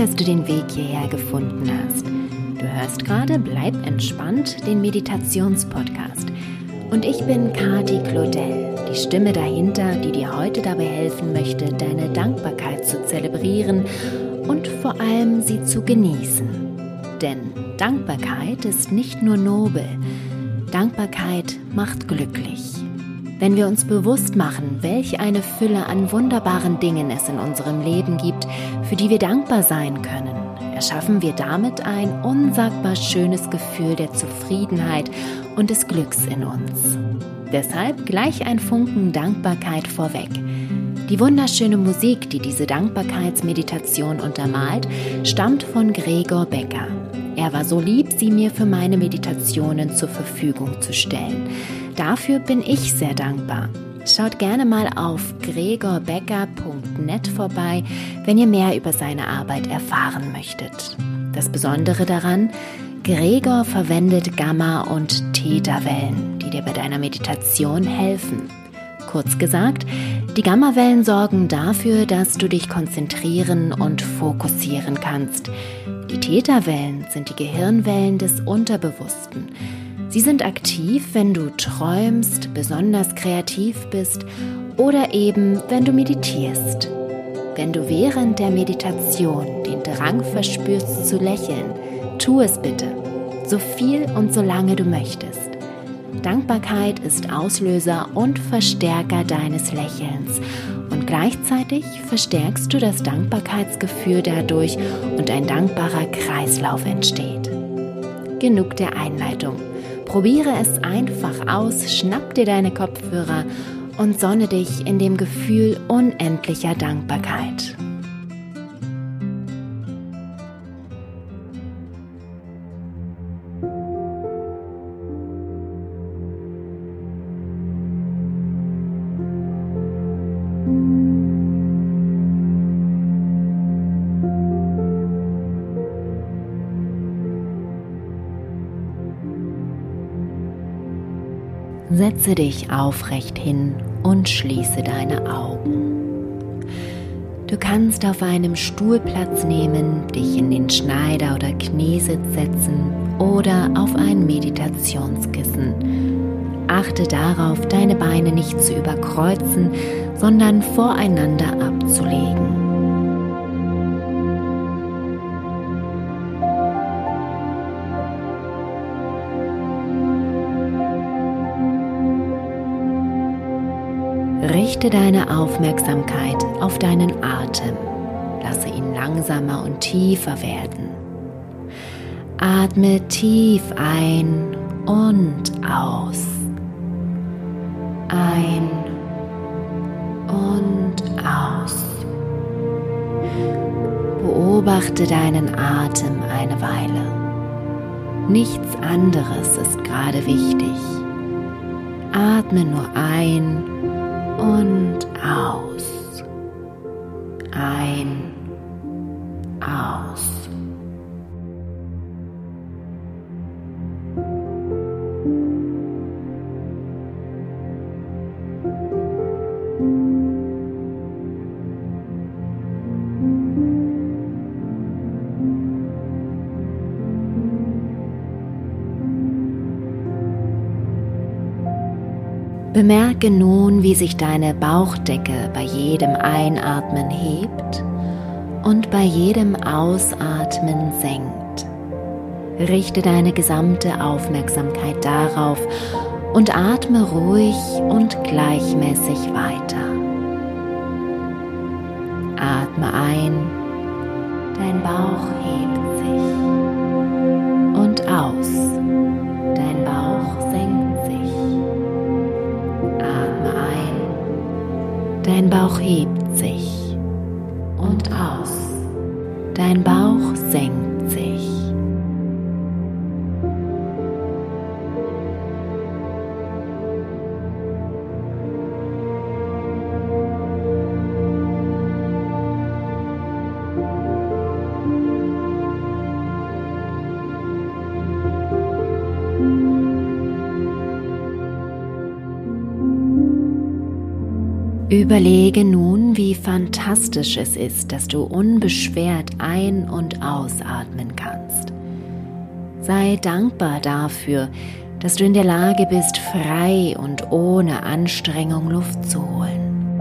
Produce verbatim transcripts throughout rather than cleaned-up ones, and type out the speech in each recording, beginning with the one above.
dass du den Weg hierher gefunden hast. Du hörst gerade Bleib entspannt, den Meditationspodcast. Und ich bin Kati Claudel, die Stimme dahinter, die dir heute dabei helfen möchte, deine Dankbarkeit zu zelebrieren und vor allem sie zu genießen. Denn Dankbarkeit ist nicht nur nobel, Dankbarkeit macht glücklich. Wenn wir uns bewusst machen, welch eine Fülle an wunderbaren Dingen es in unserem Leben gibt, für die wir dankbar sein können, erschaffen wir damit ein unsagbar schönes Gefühl der Zufriedenheit und des Glücks in uns. Deshalb gleich ein Funken Dankbarkeit vorweg. Die wunderschöne Musik, die diese Dankbarkeitsmeditation untermalt, stammt von Gregor Becker. Er war so lieb, sie mir für meine Meditationen zur Verfügung zu stellen. Dafür bin ich sehr dankbar. Schaut gerne mal auf gregor becker punkt net vorbei, wenn ihr mehr über seine Arbeit erfahren möchtet. Das Besondere daran, Gregor verwendet Gamma- und Theta-Wellen, die dir bei deiner Meditation helfen. Kurz gesagt, die Gammawellen sorgen dafür, dass du dich konzentrieren und fokussieren kannst. Die Theta-Wellen sind die Gehirnwellen des Unterbewussten. Sie sind aktiv, wenn du träumst, besonders kreativ bist oder eben, wenn du meditierst. Wenn du während der Meditation den Drang verspürst zu lächeln, tu es bitte, so viel und so lange du möchtest. Dankbarkeit ist Auslöser und Verstärker deines Lächelns und gleichzeitig verstärkst du das Dankbarkeitsgefühl dadurch und ein dankbarer Kreislauf entsteht. Genug der Einleitung. Probiere es einfach aus, schnapp dir deine Kopfhörer und sonne dich in dem Gefühl unendlicher Dankbarkeit. Setze dich aufrecht hin und schließe deine Augen. Du kannst auf einem Stuhl Platz nehmen, dich in den Schneider- oder Kniesitz setzen oder auf ein Meditationskissen. Achte darauf, deine Beine nicht zu überkreuzen, sondern voreinander abzulegen. Richte deine Aufmerksamkeit auf deinen Atem. Lasse ihn langsamer und tiefer werden. Atme tief ein und aus. Ein und aus. Beobachte deinen Atem eine Weile. Nichts anderes ist gerade wichtig. Atme nur ein und aus. Ein, aus. Bemerke nun, wie sich deine Bauchdecke bei jedem Einatmen hebt und bei jedem Ausatmen senkt. Richte deine gesamte Aufmerksamkeit darauf und atme ruhig und gleichmäßig weiter. Atme ein, dein Bauch hebt sich und aus, dein Bauch senkt sich. Atme ein, dein Bauch hebt sich und aus, dein Bauch senkt sich. Überlege nun, wie fantastisch es ist, dass du unbeschwert ein- und ausatmen kannst. Sei dankbar dafür, dass du in der Lage bist, frei und ohne Anstrengung Luft zu holen.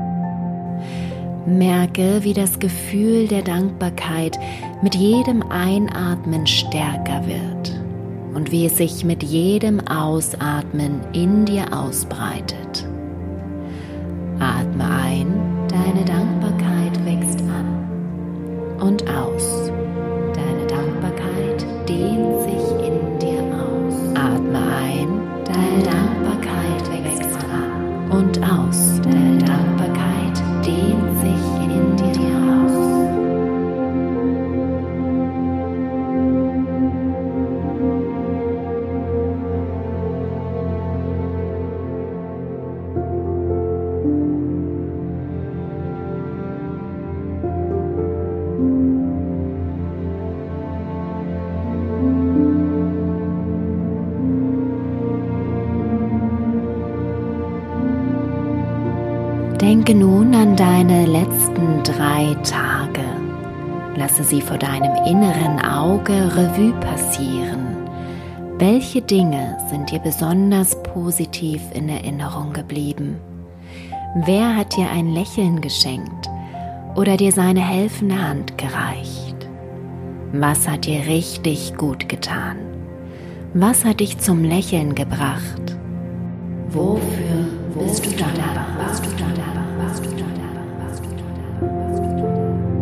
Merke, wie das Gefühl der Dankbarkeit mit jedem Einatmen stärker wird und wie es sich mit jedem Ausatmen in dir ausbreitet. Atme ein, deine Dankbarkeit wächst an und aus. Deine Dankbarkeit dehnt sich in dir aus. Atme ein, deine Dankbarkeit wächst an und aus. Deine Dankbarkeit dehnt sich in dir aus. Denke nun an deine letzten drei Tage. Lasse sie vor deinem inneren Auge Revue passieren. Welche Dinge sind dir besonders positiv in Erinnerung geblieben? Wer hat dir ein Lächeln geschenkt oder dir seine helfende Hand gereicht? Was hat dir richtig gut getan? Was hat dich zum Lächeln gebracht? Wofür bist du dankbar? Bist du dankbar? Bist du dankbar? Bist du dankbar?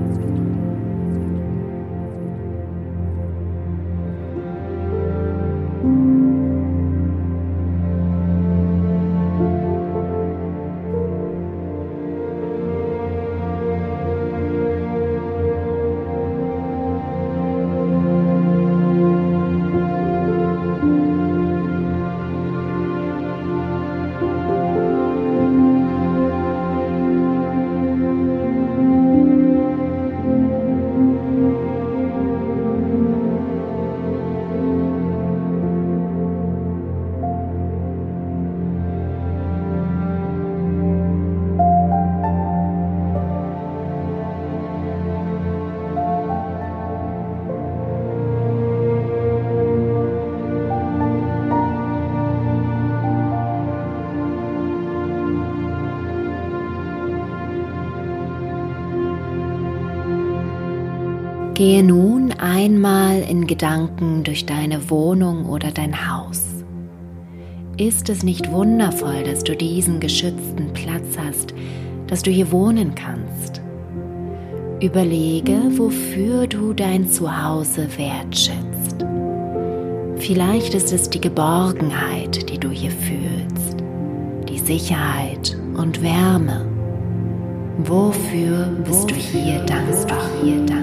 Gehe nun einmal in Gedanken durch deine Wohnung oder dein Haus. Ist es nicht wundervoll, dass du diesen geschützten Platz hast, dass du hier wohnen kannst? Überlege, wofür du dein Zuhause wertschätzt. Vielleicht ist es die Geborgenheit, die du hier fühlst, die Sicherheit und Wärme. Wofür bist du hier dankbar? Hier dankbar.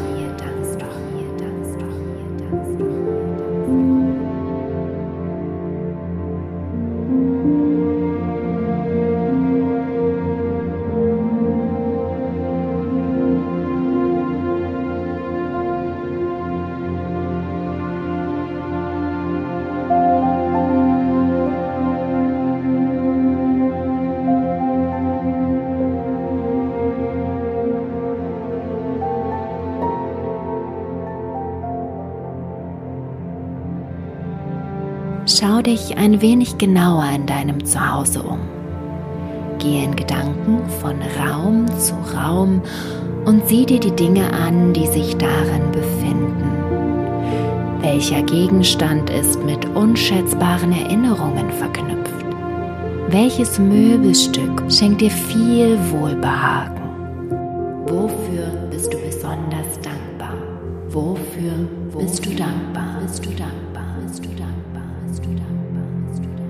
Schau dich ein wenig genauer in deinem Zuhause um. Gehe in Gedanken von Raum zu Raum und sieh dir die Dinge an, die sich darin befinden. Welcher Gegenstand ist mit unschätzbaren Erinnerungen verknüpft? Welches Möbelstück schenkt dir viel Wohlbehagen? Wofür bist du besonders dankbar? Wofür bist du dankbar? Bist du dankbar? Bist du dankbar? Bist du dankbar? Bist du dankbar? Bist du dankbar?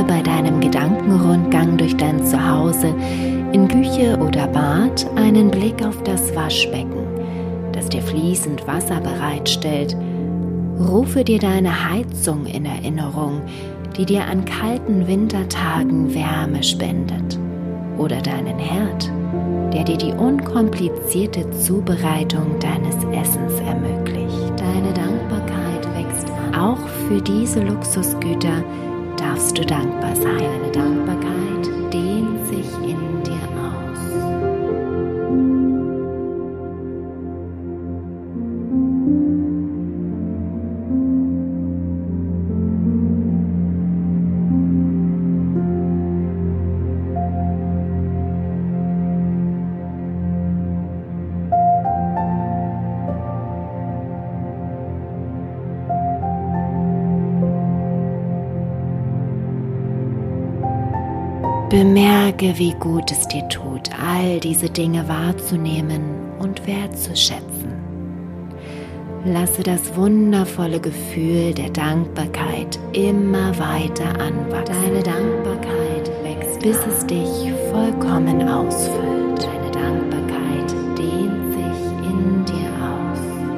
Mal bei deinem Gedankenrundgang durch dein Zuhause in Küche oder Bad einen Blick auf das Waschbecken, das dir fließend Wasser bereitstellt. Rufe dir deine Heizung in Erinnerung, die dir an kalten Wintertagen Wärme spendet. Oder deinen Herd, der dir die unkomplizierte Zubereitung deines Essens ermöglicht. Deine Dankbarkeit wächst an. Auch für diese Luxusgüter darfst du dankbar sein. Deine Dankbarkeit dehnt sich in dir aus. Bemerke, wie gut es dir tut, all diese Dinge wahrzunehmen und wertzuschätzen. Lasse das wundervolle Gefühl der Dankbarkeit immer weiter anwachsen. Deine Dankbarkeit wächst, bis es dich vollkommen ausfüllt. Deine Dankbarkeit dehnt sich in dir aus.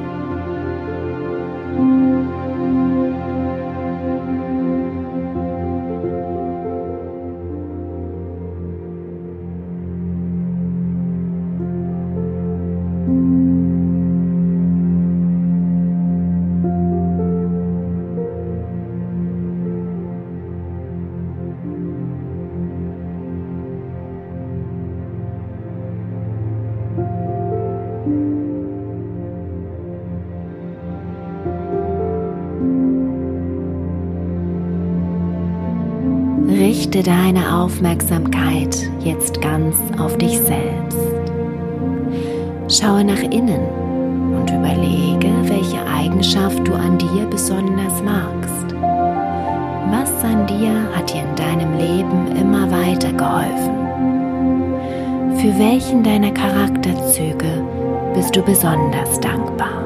Richte deine Aufmerksamkeit jetzt ganz auf dich selbst. Schaue nach innen und überlege, welche Eigenschaft du an dir besonders magst. Was an dir hat dir in deinem Leben immer weitergeholfen? Für welchen deiner Charakterzüge bist du besonders dankbar?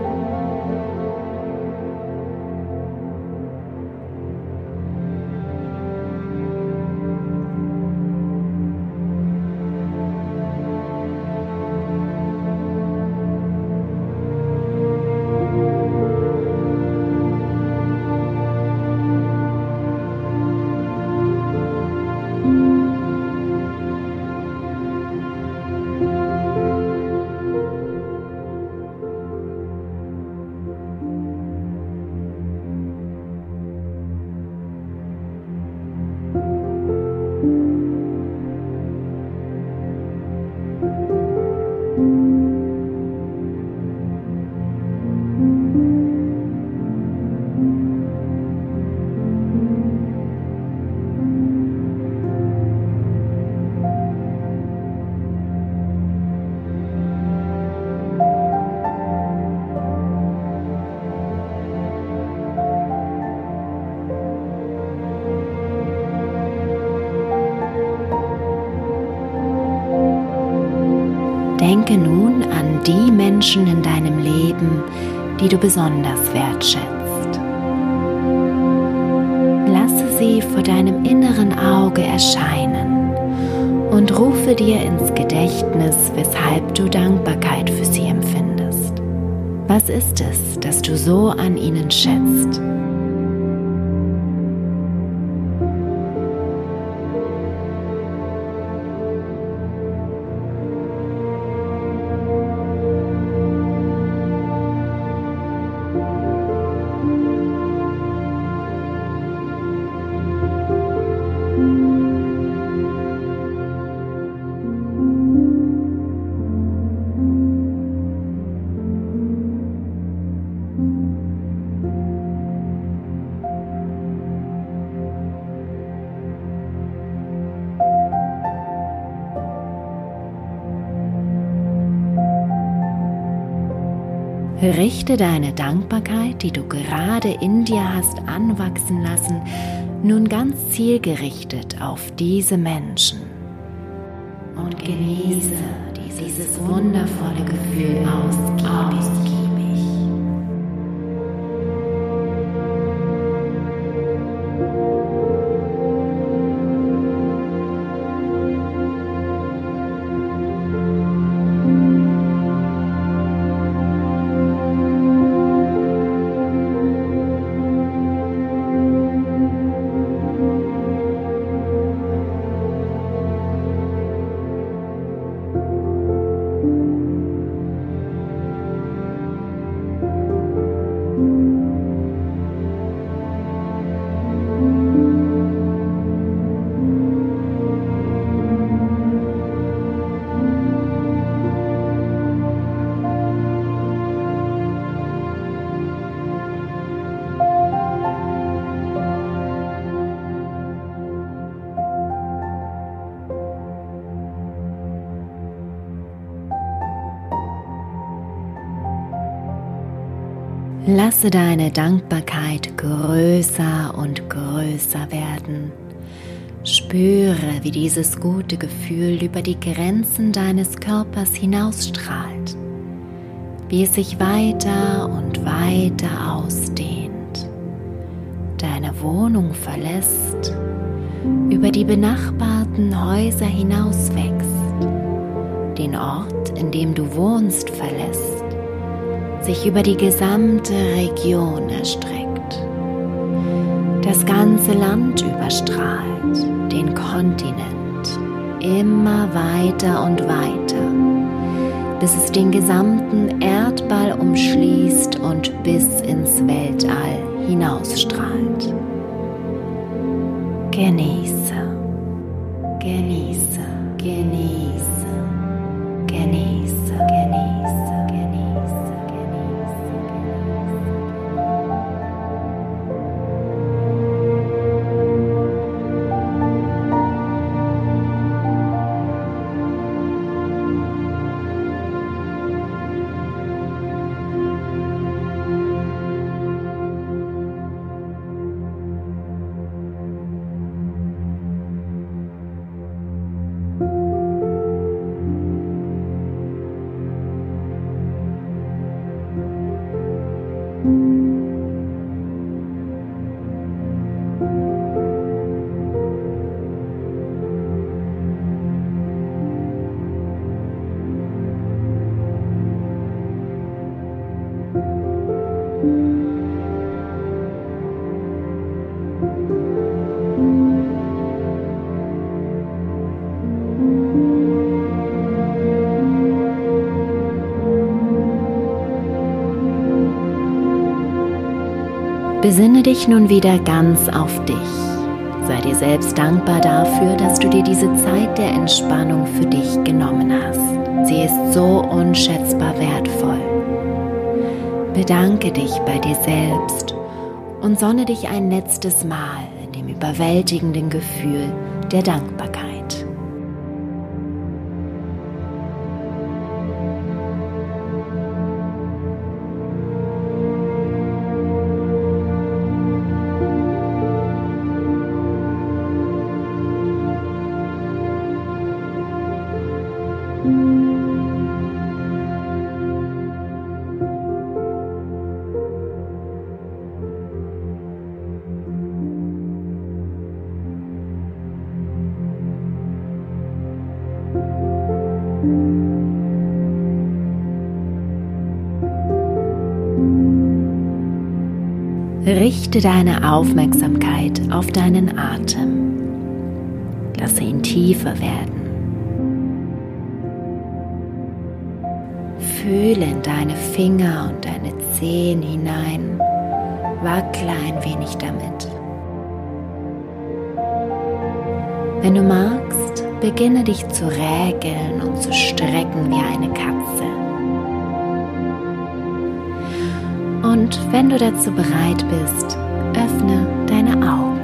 Denke nun an die Menschen in deinem Leben, die du besonders wertschätzt. Lasse sie vor deinem inneren Auge erscheinen und rufe dir ins Gedächtnis, weshalb du Dankbarkeit für sie empfindest. Was ist es, das du so an ihnen schätzt? Richte deine Dankbarkeit, die du gerade in dir hast anwachsen lassen, nun ganz zielgerichtet auf diese Menschen. Und genieße dieses wundervolle Gefühl ausgiebig. Lasse deine Dankbarkeit größer und größer werden. Spüre, wie dieses gute Gefühl über die Grenzen deines Körpers hinausstrahlt, wie es sich weiter und weiter ausdehnt, deine Wohnung verlässt, über die benachbarten Häuser hinauswächst, den Ort, in dem du wohnst, verlässt, sich über die gesamte Region erstreckt, das ganze Land überstrahlt, den Kontinent, immer weiter und weiter, bis es den gesamten Erdball umschließt und bis ins Weltall hinausstrahlt. Genieße, genieße, genieße, genieße, genieße, genieße, genieße, genieße. Besinne dich nun wieder ganz auf dich. Sei dir selbst dankbar dafür, dass du dir diese Zeit der Entspannung für dich genommen hast. Sie ist so unschätzbar wertvoll. Bedanke dich bei dir selbst und sonne dich ein letztes Mal in dem überwältigenden Gefühl der Dankbarkeit. Richte deine Aufmerksamkeit auf deinen Atem. Lasse ihn tiefer werden. Fühle in deine Finger und deine Zehen hinein. Wackle ein wenig damit. Wenn du magst, beginne dich zu räkeln und zu strecken wie eine Katze. Und wenn du dazu bereit bist, öffne deine Augen.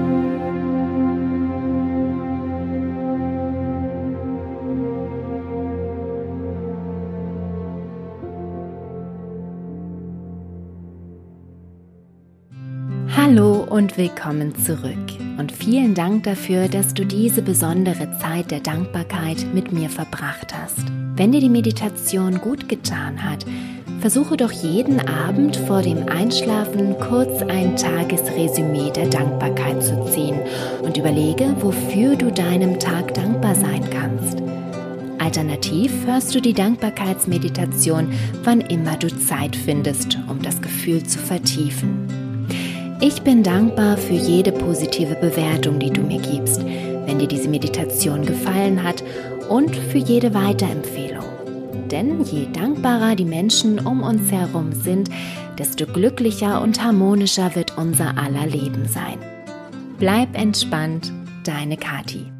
Hallo und willkommen zurück und vielen Dank dafür, dass du diese besondere Zeit der Dankbarkeit mit mir verbracht hast. Wenn dir die Meditation gut getan hat, versuche doch jeden Abend vor dem Einschlafen kurz ein Tagesresümee der Dankbarkeit zu ziehen und überlege, wofür du deinem Tag dankbar sein kannst. Alternativ hörst du die Dankbarkeitsmeditation, wann immer du Zeit findest, um das Gefühl zu vertiefen. Ich bin dankbar für jede positive Bewertung, die du mir gibst, wenn dir diese Meditation gefallen hat, und für jede Weiterempfehlung. Denn je dankbarer die Menschen um uns herum sind, desto glücklicher und harmonischer wird unser aller Leben sein. Bleib entspannt, deine Kathi.